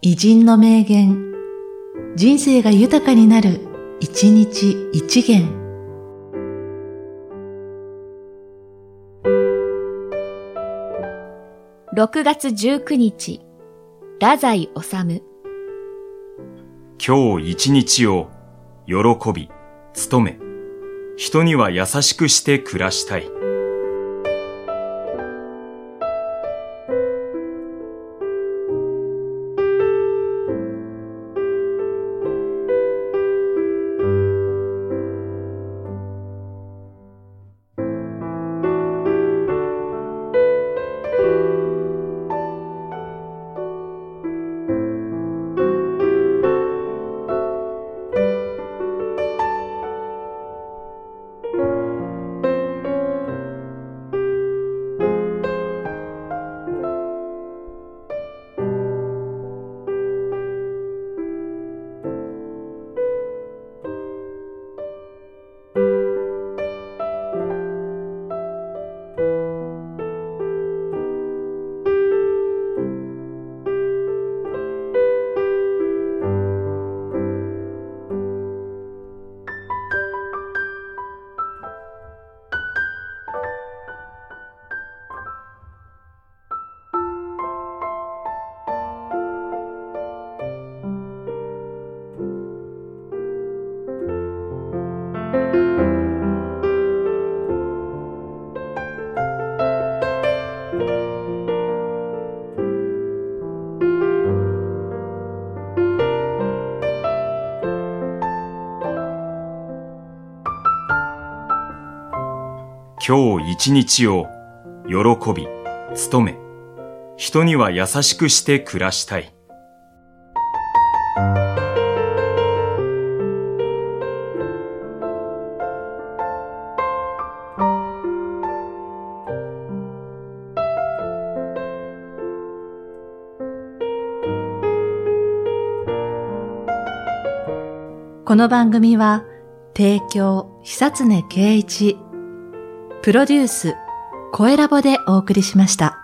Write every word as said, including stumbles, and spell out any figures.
偉人の名言、人生が豊かになる、一日一元。 ろくがつじゅうくにち、太宰治。 今日一日を喜び、努め、人には優しくして暮らしたい。今日一日を喜び、努め、人には優しくして暮らしたい。 この番組は、提供、久常圭一、プロデュース、声ラボでお送りしました。